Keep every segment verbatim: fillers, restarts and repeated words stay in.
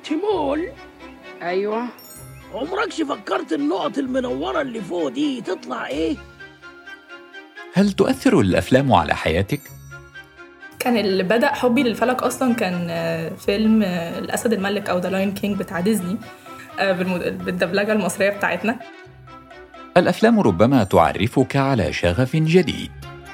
تيمون. أيوة. عمركش فكرت النقط المنورة اللي فوق دي تطلع إيه؟ هل تؤثر الأفلام على حياتك؟ كان اللي بدأ حبي للفلك أصلاً كان فيلم الأسد الملك أو The Lion King بتاع ديزني بالدبلجة المصرية بتاعتنا. الأفلام ربما تعرفك على شغف جديد.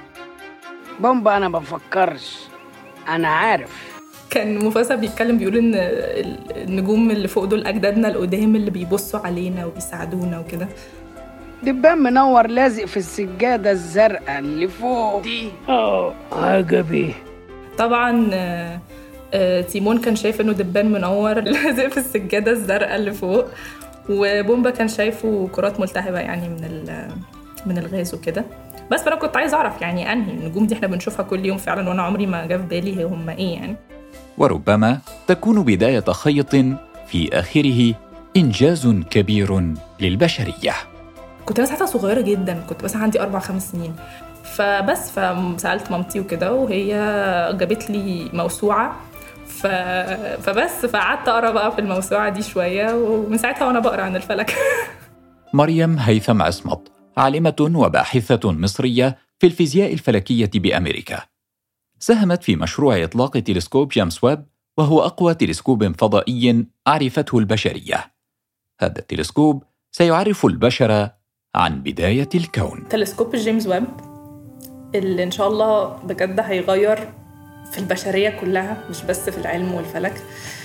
بومبا أنا بفكرش، أنا عارف. كان مفاسا بيتكلم بيقول إن النجوم اللي فوق دول أجدادنا القدام اللي بيبصوا علينا وبيساعدونا وكده. دبان منور لازق في السجادة الزرقاء اللي فوق دي. آه عجبي. طبعاً آه آه تيمون كان شايف إنه دبان منور لازق في السجادة الزرقاء اللي فوق، وبومبا كان شايفه كرات ملتهبة يعني من من الغاز وكده. بس أنا كنت عايز أعرف يعني أنهي النجوم دي إحنا بنشوفها كل يوم فعلاً، وأنا عمري ما جاء في بالي هم إيه يعني. وربما تكون بداية خيط في آخره إنجاز كبير للبشرية. كنت أنا ساعتها صغيرة جداً، كنت بس عندي أربع خمس سنين. فبس فسألت مامتي وكده وهي جابت لي موسوعة، ف... فبس فقعدت أقرأ بقى في الموسوعة دي شوية، ومن ساعتها وأنا بقرأ عن الفلك. مريم هيثم عصمت عالمة وباحثة مصرية في الفيزياء الفلكية بأمريكا، ساهمت في مشروع إطلاق تلسكوب جيمس ويب، وهو أقوى تلسكوب فضائي عرفته البشرية. هذا التلسكوب سيعرف البشر عن بداية الكون. تلسكوب جيمس ويب اللي إن شاء الله بجد هيغير في البشرية كلها، مش بس في العلم والفلك،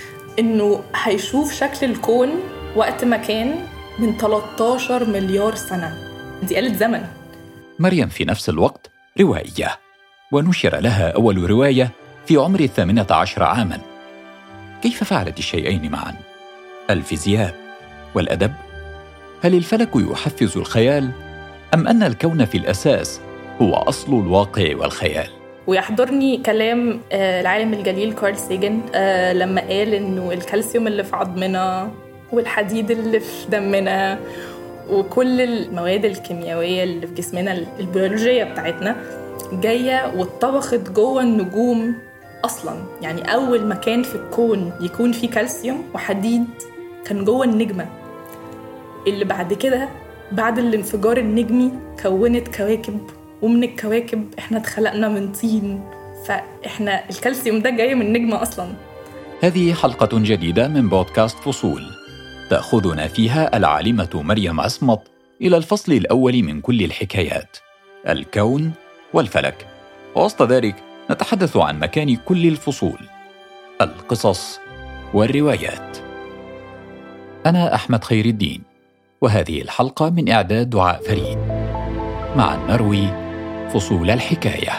إنه هيشوف شكل الكون وقت ما كان من ثلاثة عشر مليار سنة. دي آلة زمن. مريم في نفس الوقت روائية، ونشر لها أول رواية في عمر الثامنة عشر عاماً. كيف فعلت الشيئين معاً؟ الفيزياء والأدب؟ هل الفلك يحفز الخيال؟ أم أن الكون في الأساس هو أصل الواقع والخيال؟ ويحضرني كلام العالم الجليل كارل سيجن لما قال إنه الكالسيوم اللي في عظمنا والحديد اللي في دمنا وكل المواد الكيميائية اللي في جسمنا البيولوجية بتاعتنا جاية واتطبخت جوه النجوم أصلاً. يعني أول مكان في الكون يكون فيه كالسيوم وحديد كان جوه النجمة، اللي بعد كده بعد الانفجار النجمي كونت كواكب، ومن الكواكب احنا اتخلقنا من طين، فاحنا الكالسيوم ده جاي من نجمة أصلاً. هذه حلقة جديدة من بودكاست فصول، تأخذنا فيها العالمة مريم عصمت إلى الفصل الأول من كل الحكايات، الكون والفلك، ووسط ذلك نتحدث عن مكان كل الفصول، القصص والروايات. أنا أحمد خير الدين، وهذه الحلقة من إعداد دعاء فريد. معا نروي فصول الحكاية.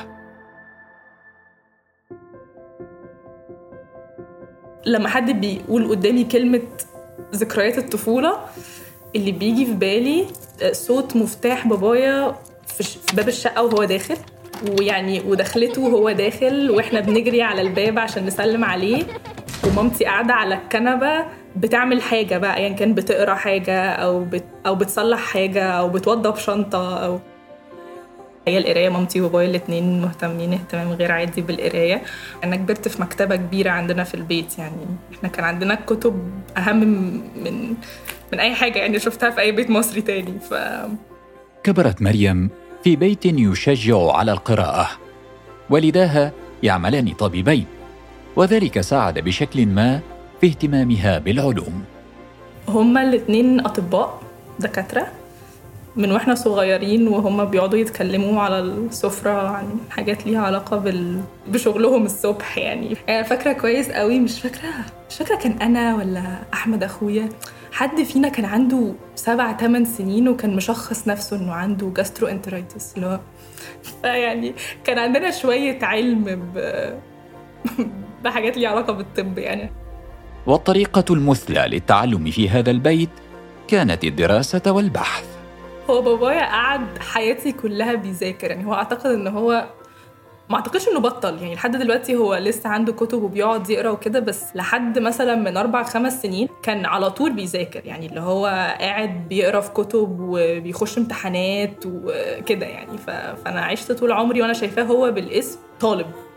لما حد بيقول قدامي كلمة ذكريات الطفولة، اللي بيجي في بالي صوت مفتاح بابايا في باب الشقة وهو داخل، ويعني ودخلته وهو داخل وإحنا بنجري على الباب عشان نسلم عليه، ومامتي قاعدة على الكنبة بتعمل حاجة بقى، يعني كان بتقرأ حاجة أو بت أو بتصلح حاجة أو بتوضب شنطة. أو هي القراية، مامتي وبابايا الاتنين مهتمين اهتمام غير عادي بالقراية. أنا كبرت في مكتبة كبيرة عندنا في البيت، يعني إحنا كان عندنا كتب أهم من من أي حاجة يعني شفتها في أي بيت مصري تاني. ف... كبرت مريم في بيت يشجع على القراءة، والداها يعملان طبيبين، وذلك ساعد بشكل ما في اهتمامها بالعلوم. هما الاتنين أطباء دكاترة من وإحنا صغيرين، وهما بيقعدوا يتكلموا على السفرة عن حاجات ليها علاقة بال... بشغلهم الصبح. يعني أنا فاكرة كويس قوي، مش فاكرة مش فاكرة كان أنا ولا أحمد أخويا، حد فينا كان عنده سبع تمن سنين وكان مشخص نفسه إنه عنده جاسترو انترايتس، اللي هو يعني كان عندنا شوية علم ب... بحاجات ليها علاقة بالطب يعني. والطريقة المثلى للتعلم في هذا البيت كانت الدراسة والبحث. هو بابايا قعد حياتي كلها بيذاكر، يعني هو أعتقد إنه هو ما أعتقدش إنه بطل، يعني لحد دلوقتي هو لسه عنده كتب وبيقعد يقرأ وكده، بس لحد مثلا من أربع خمس سنين كان على طول بيذاكر، يعني اللي هو قاعد بيقرأ في كتب وبيخش امتحانات وكده يعني. ف... فأنا عشت طول عمري وأنا شايفاه هو بالاسم طالب،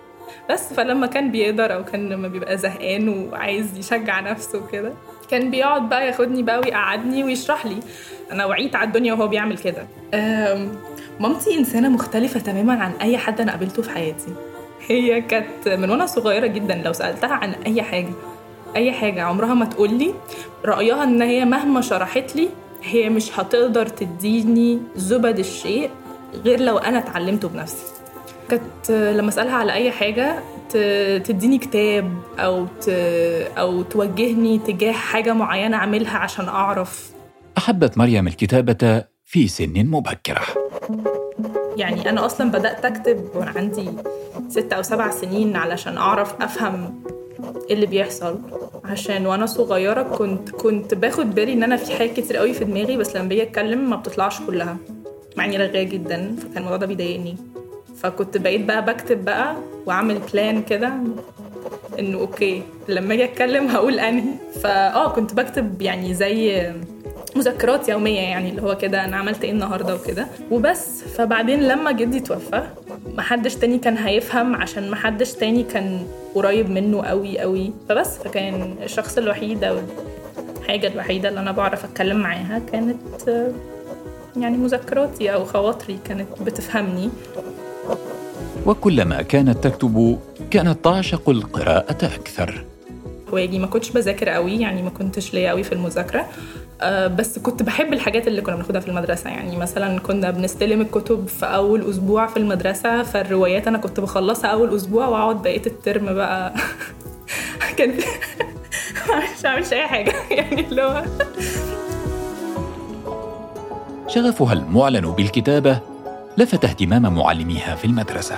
بس فلما كان بيقدر أو كان لما بيبقى زهقان وعايز يشجع نفسه كده كان بيقعد بقى ياخدني بقى ويقعدني ويشرح لي. أنا وعيت على الدنيا وهو بيعمل كده. مامتي إنسانة مختلفة تماماً عن أي حد أنا قابلته في حياتي. هي كانت من وانا صغيرة جدا لو سألتها عن أي حاجة أي حاجة عمرها ما تقولي رأيها، إن هي مهما شرحت لي هي مش هتقدر تديني زبد الشيء غير لو أنا اتعلمته بنفسي. كانت لما أسألها على أي حاجة تديني كتاب أو أو توجهني تجاه حاجة معينة أعملها عشان أعرف. أحبت مريم الكتابة في سن مبكرة. يعني أنا أصلاً بدأت أكتب وأنا عندي ستة أو سبع سنين علشان أعرف أفهم اللي بيحصل، عشان وأنا صغيرة كنت كنت باخد بالي إن أنا في حاجات كتير قوي في دماغي، بس لما بيجي أتكلم ما بتطلعش كلها، مع إني رغاية جداً، فكان الموضوع ده بيضايقني. فكنت بقيت بقى بكتب بقى وأعمل بلان كده إنه أوكي لما أجي أتكلم هقول أنهي. فآه كنت بكتب يعني زي مذكرات يومية، يعني اللي هو كده أنا عملت إيه النهاردة وكده وبس. فبعدين لما جدي توفى محدش تاني كان هيفهم، عشان محدش تاني كان قريب منه قوي قوي، فبس فكان الشخص الوحيد أو الحاجة الوحيدة اللي أنا بعرف أتكلم معاها كانت يعني مذكراتي أو خواطري كانت بتفهمني. وكلما كانت تكتب كانت تعشق القراءة أكثر. واجي ما كنتش بذاكر قوي، يعني ما كنتش ليا قوي في المذاكرة، أه بس كنت بحب الحاجات اللي كنا بناخدها في المدرسة. يعني مثلا كنا بنستلم الكتب في أول أسبوع في المدرسة، فالروايات أنا كنت بخلصها أول أسبوع وأقعد بقية الترم بقى كان مش عاملش أي حاجة يعني اللي هو. شغفها المعلن بالكتابة لفت اهتمام معلميها في المدرسة.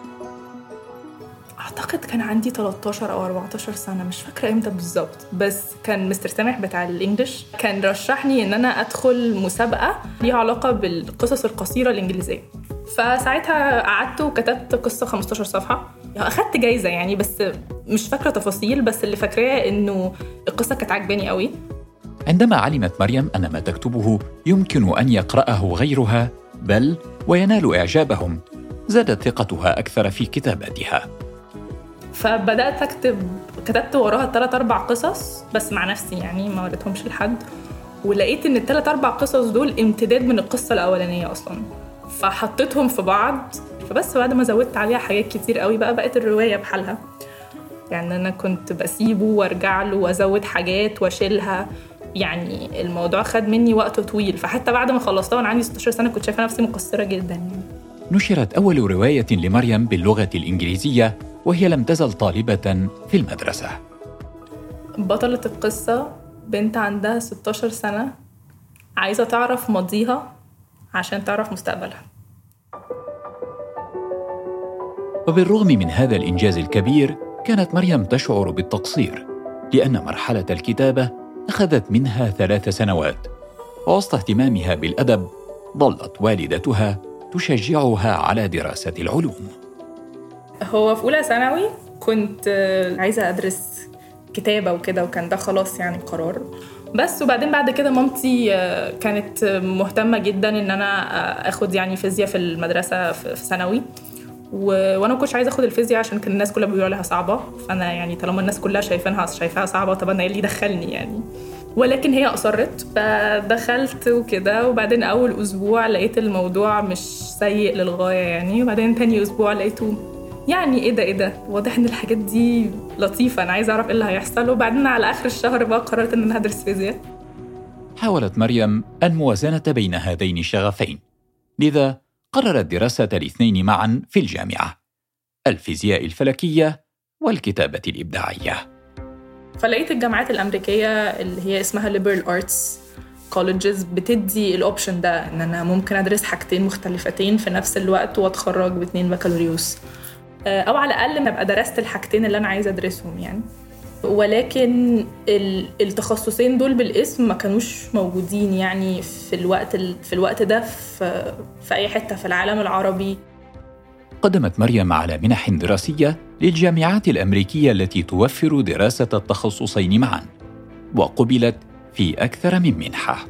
أعتقد كان عندي ثلاثة عشر أو أربعة عشر سنة، مش فاكرة إمتى بالظبط، بس كان مستر سامح بتاع الإنجليش كان رشحني إن أنا أدخل مسابقة ليها علاقة بالقصص القصيرة الإنجليزية. فساعتها قعدت وكتبت قصة خمستاشر صفحة، أخدت جايزة يعني، بس مش فاكرة تفاصيل، بس اللي فاكراه إنه القصة كانت عجباني قوي. عندما علمت مريم أن ما تكتبه يمكن أن يقرأه غيرها بل وينال إعجابهم، زادت ثقتها أكثر في كتابتها. فبدأت أكتب، كتبت وراها ثلاث أربع قصص بس مع نفسي، يعني ما وريتهمش لحد، ولقيت إن الثلاث أربع قصص دول امتداد من القصة الأولانية أصلاً، فحطيتهم في بعض. فبس بعد ما زودت عليها حاجات كتير قوي بقى بقت الرواية بحالها. يعني أنا كنت بسيبه وارجع له وازود حاجات واشيلها، يعني الموضوع خد مني وقت طويل. فحتى بعد ما خلصتها وانا عندي ستاشر سنة كنت شايفة نفسي مقصرة جدا يعني. نشرت أول رواية لمريم باللغة الإنجليزية وهي لم تزل طالبة في المدرسة. بطلة القصة بنت عندها ستاشر سنة عايزة تعرف ماضيها عشان تعرف مستقبلها. وبالرغم من هذا الإنجاز الكبير كانت مريم تشعر بالتقصير، لأن مرحلة الكتابة أخذت منها ثلاث سنوات، ووسط اهتمامها بالأدب ظلت والدتها تشجعها على دراسة العلوم. هو في أولى ثانوي كنت عايزة أدرس كتابة وكده، وكان ده خلاص يعني قرار. بس وبعدين بعد كده مامتي كانت مهتمة جدا إن أنا أخد يعني فيزياء في المدرسة في ثانوي، وانا ما كنتش عايزه اخد الفيزياء عشان كان الناس كلها بيقولوا عليها صعبه، فانا يعني طالما الناس كلها شايفينها شايفاها صعبه طب انا ايه اللي دخلني يعني. ولكن هي اصرت فدخلت وكده، وبعدين اول اسبوع لقيت الموضوع مش سيء للغايه يعني، وبعدين تاني اسبوع لقيته يعني ايه ده ايه ده واضح ان الحاجات دي لطيفه، انا عايزه اعرف ايه اللي هيحصل. وبعدين على اخر الشهر بقى قررت ان انا هدرس فيزياء. حاولت مريم الموازنه بين هذين الشغفين، لذا قررت دراسة الاثنين معاً في الجامعة، الفيزياء الفلكية والكتابة الإبداعية. فلقيت الجامعات الأمريكية اللي هي اسمها liberal arts colleges بتدي الأوبشن ده، إن أنا ممكن أدرس حاجتين مختلفتين في نفس الوقت وأتخرج باثنين بكالوريوس، أو على الأقل أبقى درست الحاجتين اللي أنا عايزة أدرسهم يعني. ولكن التخصصين دول بالاسم ما كانوش موجودين يعني في الوقت في الوقت ده في, في أي حتة في العالم العربي. قدمت مريم على منح دراسية للجامعات الأمريكية التي توفر دراسة التخصصين معا، وقبلت في أكثر من منحة.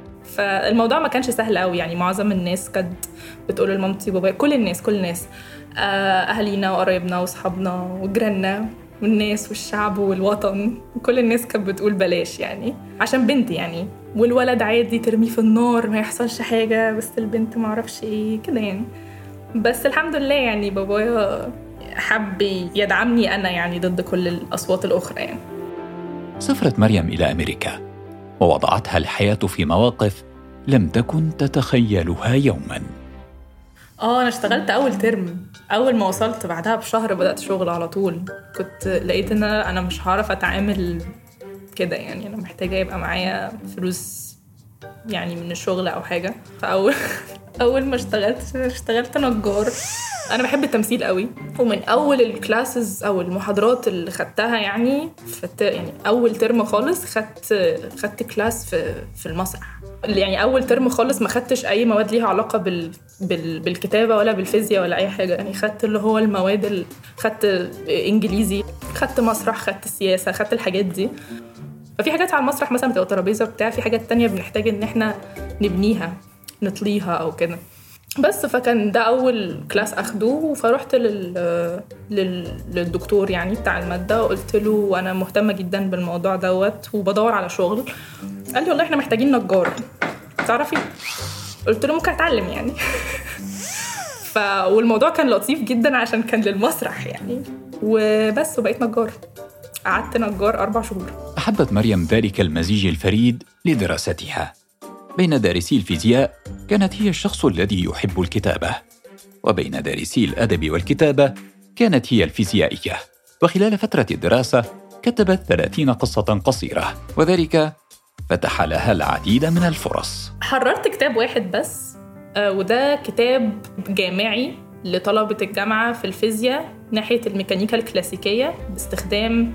فالموضوع ما كانش سهل قوي يعني، معظم الناس كانت بتقول لمامتي وبابايا، كل الناس كل الناس أهالينا وقرايبنا وصحابنا وجيراننا والناس والشعب والوطن، كل الناس كانت بتقول بلاش يعني عشان بنت يعني، والولد عادي ترميه في النار ما يحصلش حاجة، بس البنت ما عرفش ايه كده يعني. بس الحمد لله يعني بابايا حب يدعمني أنا يعني ضد كل الأصوات الأخرى يعني. سافرت مريم إلى أمريكا ووضعتها الحياة في مواقف لم تكن تتخيلها يوماً. اه انا اشتغلت اول ترم، اول ما وصلت بعدها بشهر بدأت شغل على طول. كنت لقيت ان انا مش هعرف اتعامل كده يعني، انا محتاجة يبقى معايا فلوس يعني من الشغل او حاجة. فاول اول ما اشتغلت اشتغلت نجار. انا بحب التمثيل قوي، ومن اول الكلاسز او المحاضرات اللي خدتها يعني فت... يعني اول ترم خالص خدت خدت كلاس في في المسرح. يعني اول ترم خالص ما خدتش اي مواد ليها علاقه بال... بال... بالكتابه ولا بالفيزياء ولا اي حاجه يعني. خدت اللي هو المواد ال... خدت انجليزي، خدت مسرح، خدت سياسه، خدت الحاجات دي. ففي حاجات على المسرح مثلا بتبقى ترابيزه بتاع، في حاجات تانية بنحتاج ان احنا نبنيها نطليها او كده. بس فكان ده اول كلاس اخده، فروحت لل... لل... للدكتور يعني بتاع الماده وقلت له انا مهتمه جدا بالموضوع دوت وبدور على شغل. قال لي والله احنا محتاجين نجار تعرفي. قلت له ممكن اتعلم يعني. ف والموضوع كان لطيف جدا عشان كان للمسرح يعني، وبس وبقيت نجار. قعدت نجار اربع شهور. احبت مريم ذلك المزيج الفريد لدراستها. بين دارسي الفيزياء كانت هي الشخص الذي يحب الكتابة، وبين دارسي الأدب والكتابة كانت هي الفيزيائية. وخلال فترة الدراسة كتبت ثلاثين قصة قصيرة، وذلك فتح لها العديد من الفرص. حررت كتاب واحد بس، وده كتاب جامعي لطلبة الجامعة في الفيزياء ناحية الميكانيكا الكلاسيكية باستخدام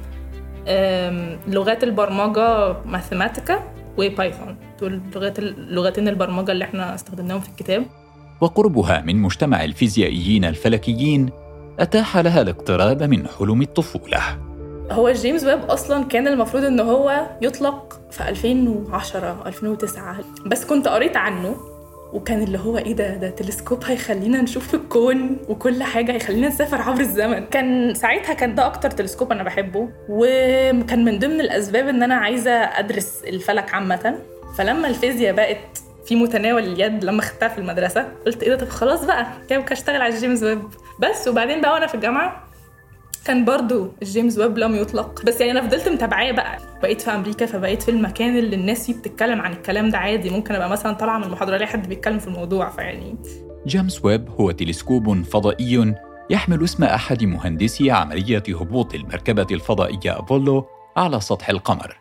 لغات البرمجة ماثيماتيكا وبايثون. دول لغات لغتين البرمجة اللي احنا استخدمناهم في الكتاب. وقربها من مجتمع الفيزيائيين الفلكيين أتاح لها الاقتراب من حلم الطفولة. هو جيمس ويب أصلاً كان المفروض إنه هو يطلق في ألفين وعشرة ألفين وتسعة، بس كنت قريت عنه وكان اللي هو إيه ده ده تلسكوب هيخلينا نشوف الكون وكل حاجة، هيخلينا نسافر عبر الزمن. كان ساعتها كان ده أكتر تلسكوب أنا بحبه، وكان من ضمن الأسباب إن أنا عايزة أدرس الفلك عامة. فلما الفيزياء بقت في متناول اليد لما خدتها في المدرسة قلت إيه ده طب خلاص بقى كده أشتغل على جيمس ويب. بس وبعدين بقى وأنا في الجامعة كان برضو الجيمس ويب لم يطلق، بس يعني أنا فضلت متابعاه بقى. بقيت في أمريكا فبقيت في المكان اللي الناس فيه بتتكلم عن الكلام ده عادي، ممكن أبقى مثلا طالعة من المحاضرة الاقي حد بيتكلم في الموضوع. فيعني جيمس ويب هو تلسكوب فضائي يحمل اسم أحد مهندسي عملية هبوط المركبة الفضائية أبولو على سطح القمر.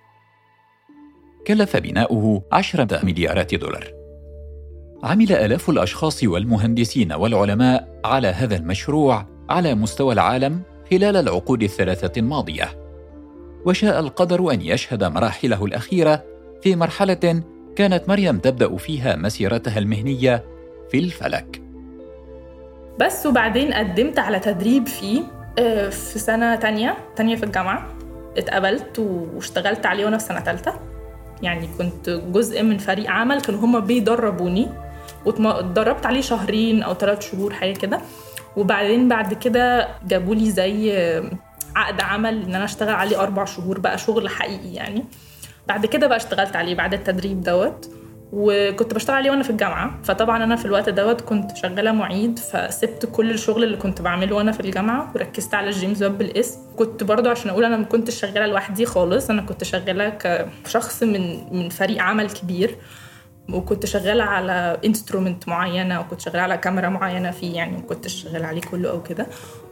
كلف بناؤه عشرة مليارات دولار. عمل آلاف الأشخاص والمهندسين والعلماء على هذا المشروع على مستوى العالم خلال العقود الثلاثة الماضية، وشاء القدر أن يشهد مراحله الأخيرة في مرحلة كانت مريم تبدأ فيها مسيرتها المهنية في الفلك. بس وبعدين قدمت على تدريب فيه في سنة تانية تانية في الجامعة، اتقبلت واشتغلت عليه وأنا في سنة تالتة. يعني كنت جزء من فريق عمل كانوا هما بيدربوني، واتدربت عليه شهرين أو ثلاث شهور حاجة كده. وبعدين بعد كده جابوا لي زي عقد عمل ان انا اشتغل عليه اربع شهور بقى شغل حقيقي يعني. بعد كده بقى اشتغلت عليه بعد التدريب دوت، وكنت بشتغل عليه وانا في الجامعه. فطبعا انا في الوقت دوت كنت شغاله معيد، فسبت كل الشغل اللي كنت بعمله وانا في الجامعه وركزت على جيمس ويب بالاسم. كنت برضو عشان اقول انا ما كنتش شغاله لوحدي خالص، انا كنت شغاله كشخص من من فريق عمل كبير، وكنت شغالة على انسترومنت معينة، وكنت شغالة على كاميرا معينة فيه يعني، وكنت شغالة عليه كله أو كده.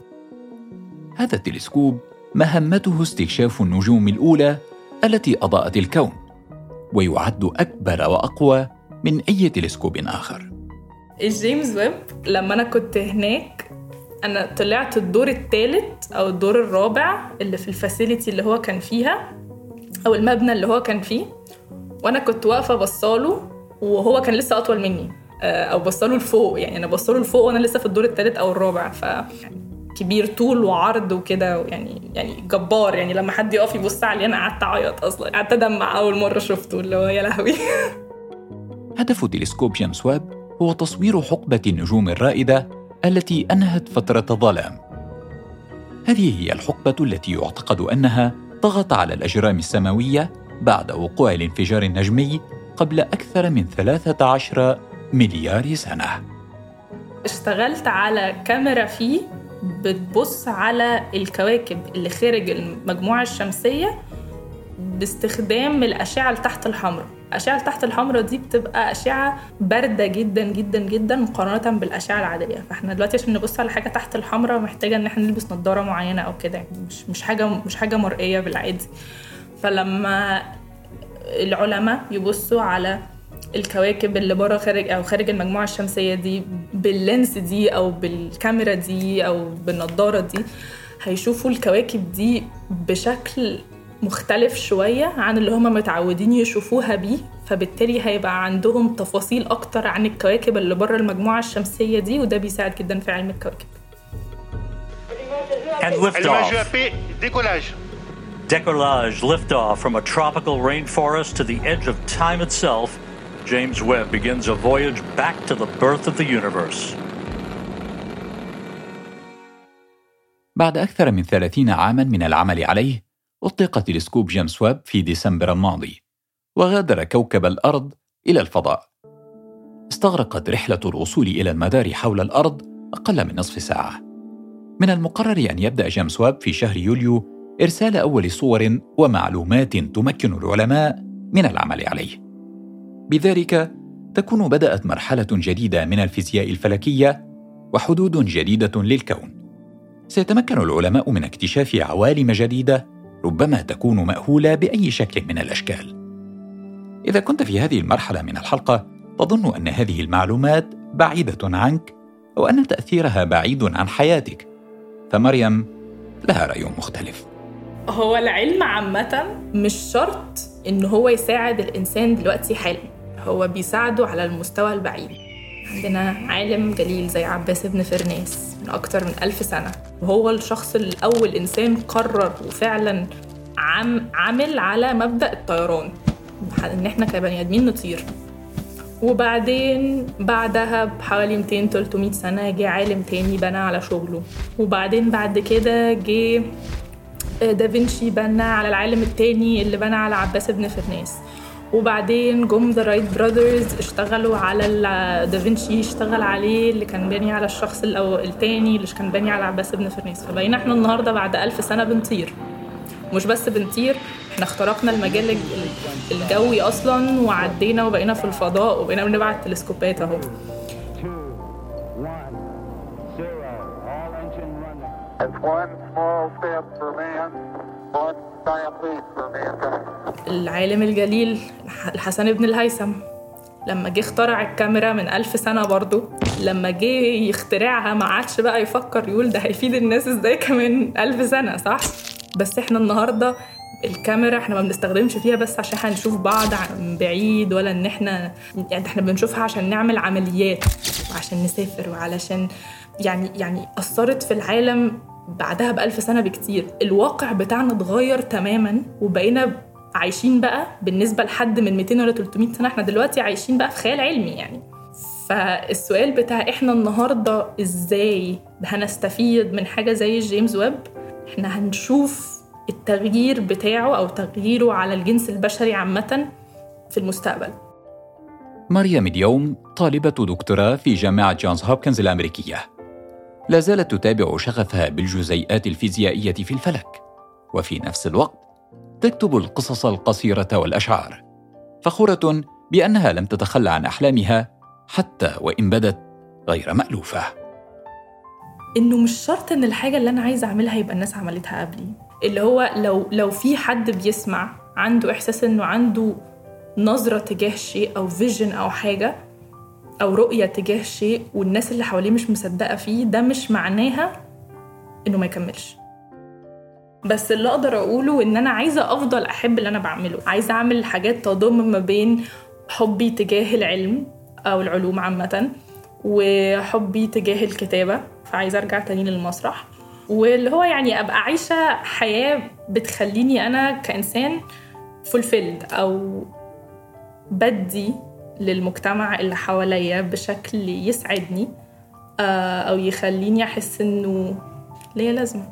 هذا التلسكوب مهمته استكشاف النجوم الأولى التي أضاءت الكون، ويعد أكبر وأقوى من أي تلسكوب آخر. الجيمس ويب لما أنا كنت هناك أنا طلعت الدور الثالث أو الدور الرابع اللي في الفاسيليتي اللي هو كان فيها أو المبنى اللي هو كان فيه، وأنا كنت واقفة بصاله وهو كان لسه أطول مني أو بصاله لفوق. يعني أنا بصاله لفوق وأنا لسه في الدور الثالث أو الرابع، ف كبير طول وعرض وكده يعني يعني جبار. يعني لما حد يقف يبص عليه أنا قعدت أعيط أصلا، قعدت أدمع أول مرة شفته اللي هو يا لهوي. هدف تلسكوب جيمس ويب هو تصوير حقبة النجوم الرائدة التي أنهت فترة الظلام. هذه هي الحقبة التي يعتقد أنها طغت على الأجرام السماوية بعد وقوع الانفجار النجمي قبل أكثر من ثلاثة عشر مليار سنة. اشتغلت على كاميرا فيه بتبص على الكواكب اللي خارج المجموعة الشمسية باستخدام الأشعة التحت الحمراء. الأشعة التحت الحمراء دي بتبقى أشعة باردة جدا جدا جدا مقارنة بالأشعة العادية. فاحنا دلوقتي عشان نبص على حاجة تحت الحمراء محتاجة ان احنا نلبس نظارة معينة او كده، مش مش حاجة مش حاجة مرئية بالعادي. فلما العلماء يبصوا على الكواكب اللي بره خارج او خارج المجموعة الشمسية دي باللينس دي او بالكاميرا دي او بالنظارة دي، هيشوفوا الكواكب دي بشكل مختلف شوية عن اللي هم متعودين يشوفوها بيه، فبالتالي هيبقى عندهم تفاصيل أكتر عن الكواكب اللي بره المجموعة الشمسية دي، وده بيساعد جدا في علم الكواكب. And liftoff. Décollage. Décollage, liftoff from a tropical rainforest to the edge of time itself. James Webb begins a voyage back to the birth of the universe. بعد أكثر من ثلاثين عاماً من العمل عليه، أطلق تلسكوب جيمس ويب في ديسمبر الماضي، وغادر كوكب الأرض إلى الفضاء. استغرقت رحلة الوصول إلى المدار حول الأرض أقل من نصف ساعة. من المقرر أن يبدأ جيمس ويب في شهر يوليو إرسال أول صور ومعلومات تمكن العلماء من العمل عليه. بذلك تكون بدأت مرحلة جديدة من الفيزياء الفلكية وحدود جديدة للكون. سيتمكن العلماء من اكتشاف عوالم جديدة ربما تكون مأهولة بأي شكل من الأشكال. إذا كنت في هذه المرحلة من الحلقة تظن أن هذه المعلومات بعيدة عنك أو أن تأثيرها بعيد عن حياتك، فمريم لها رأي مختلف. هو العلم عامة مش شرط إن هو يساعد الإنسان دلوقتي حالا، هو بيساعده على المستوى البعيد. عندنا عالم جليل زي عباس بن فرناس من أكتر من ألف سنة، وهو الشخص الأول إنسان قرر وفعلا عم عمل على مبدأ الطيران، إن إحنا كبني آدمين نطير. وبعدين بعدها بحوالي مئتين ثلاثمئة سنة جه عالم تاني بنى على شغله، وبعدين بعد كده جه دافنشي بنى على العالم التاني اللي بنى على عباس بن فرناس، وبعدين جم ذا رايت براذرز اشتغلوا على دافنشي اشتغل عليه اللي كان باني على الشخص الأول التاني اللي كان باني على عباس بن فرناس. فبقينا احنا النهارده بعد ألف سنة بنطير، مش بس بنطير، احنا اخترقنا المجال الجوي اصلا وعدينا وبقينا في الفضاء وبقينا بنبعت تلسكوبات اهو. العالم الجليل الحسن بن الهيثم لما جه اخترع الكاميرا من ألف سنة برضو، لما جه يخترعها ما عادش بقى يفكر يقول ده هيفيد الناس ازاي كمان ألف سنة، صح؟ بس احنا النهاردة الكاميرا احنا ما بنستخدمش فيها بس عشان هنشوف بعض من بعيد، ولا ان احنا يعني احنا بنشوفها عشان نعمل عمليات وعشان نسافر وعلشان يعني يعني أثرت في العالم بعدها بألف سنة بكتير. الواقع بتاعنا اتغير تماما وبقينا عايشين بقى بالنسبة لحد من مئتين ولا ثلاثمئة سنة احنا دلوقتي عايشين بقى في خيال علمي يعني. فالسؤال بتاع احنا النهاردة ازاي هنستفيد من حاجة زي جيمس ويب، احنا هنشوف التغيير بتاعه أو تغييره على الجنس البشري عامة في المستقبل. مريم اليوم طالبة دكتوراه في جامعة جونز هوبكنز الأمريكية، لا زالت تتابع شغفها بالجزيئات الفيزيائية في الفلك، وفي نفس الوقت تكتب القصص القصيرة والأشعار، فخورة بأنها لم تتخلى عن أحلامها حتى وإن بدت غير مألوفة. إنه مش شرط إن الحاجة اللي أنا عايزة أعملها يبقى الناس عملتها قبلي، اللي هو لو لو في حد بيسمع عنده إحساس إنه عنده نظرة تجاه شيء أو فيجن أو حاجة أو رؤية تجاه شيء والناس اللي حواليه مش مصدقة فيه، ده مش معناها إنه ما يكملش. بس اللي أقدر أقوله إن أنا عايزة أفضل أحب اللي أنا بعمله، عايزة أعمل حاجات تضم ما بين حبي تجاه العلم أو العلوم عامة وحبي تجاه الكتابة، فعايزة أرجع تاني للمسرح، واللي هو يعني أبقى عايشة حياة بتخليني أنا كإنسان fulfilled أو بدي للمجتمع اللي حواليا بشكل يسعدني أو يخليني أحس إنه ليه لازمة.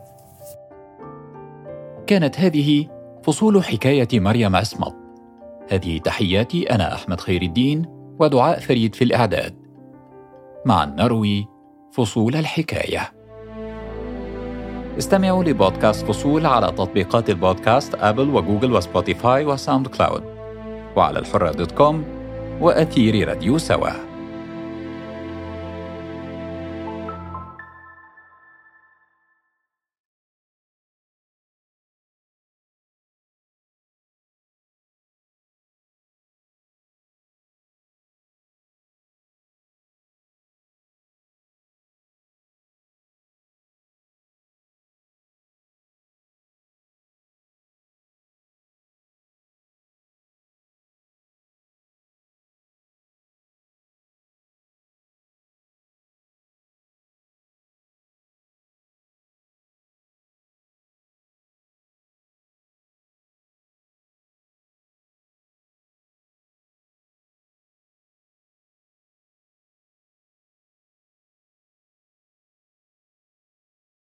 كانت هذه فصول حكاية مريم عصمت. هذه تحياتي أنا أحمد خير الدين ودعاء فريد في الإعداد. معا نروي فصول الحكاية. استمعوا لبودكاست فصول على تطبيقات البودكاست آبل وجوجل وسبوتيفاي وساوند كلاود، وعلى الحرة دوت كوم وأثير راديو سوا.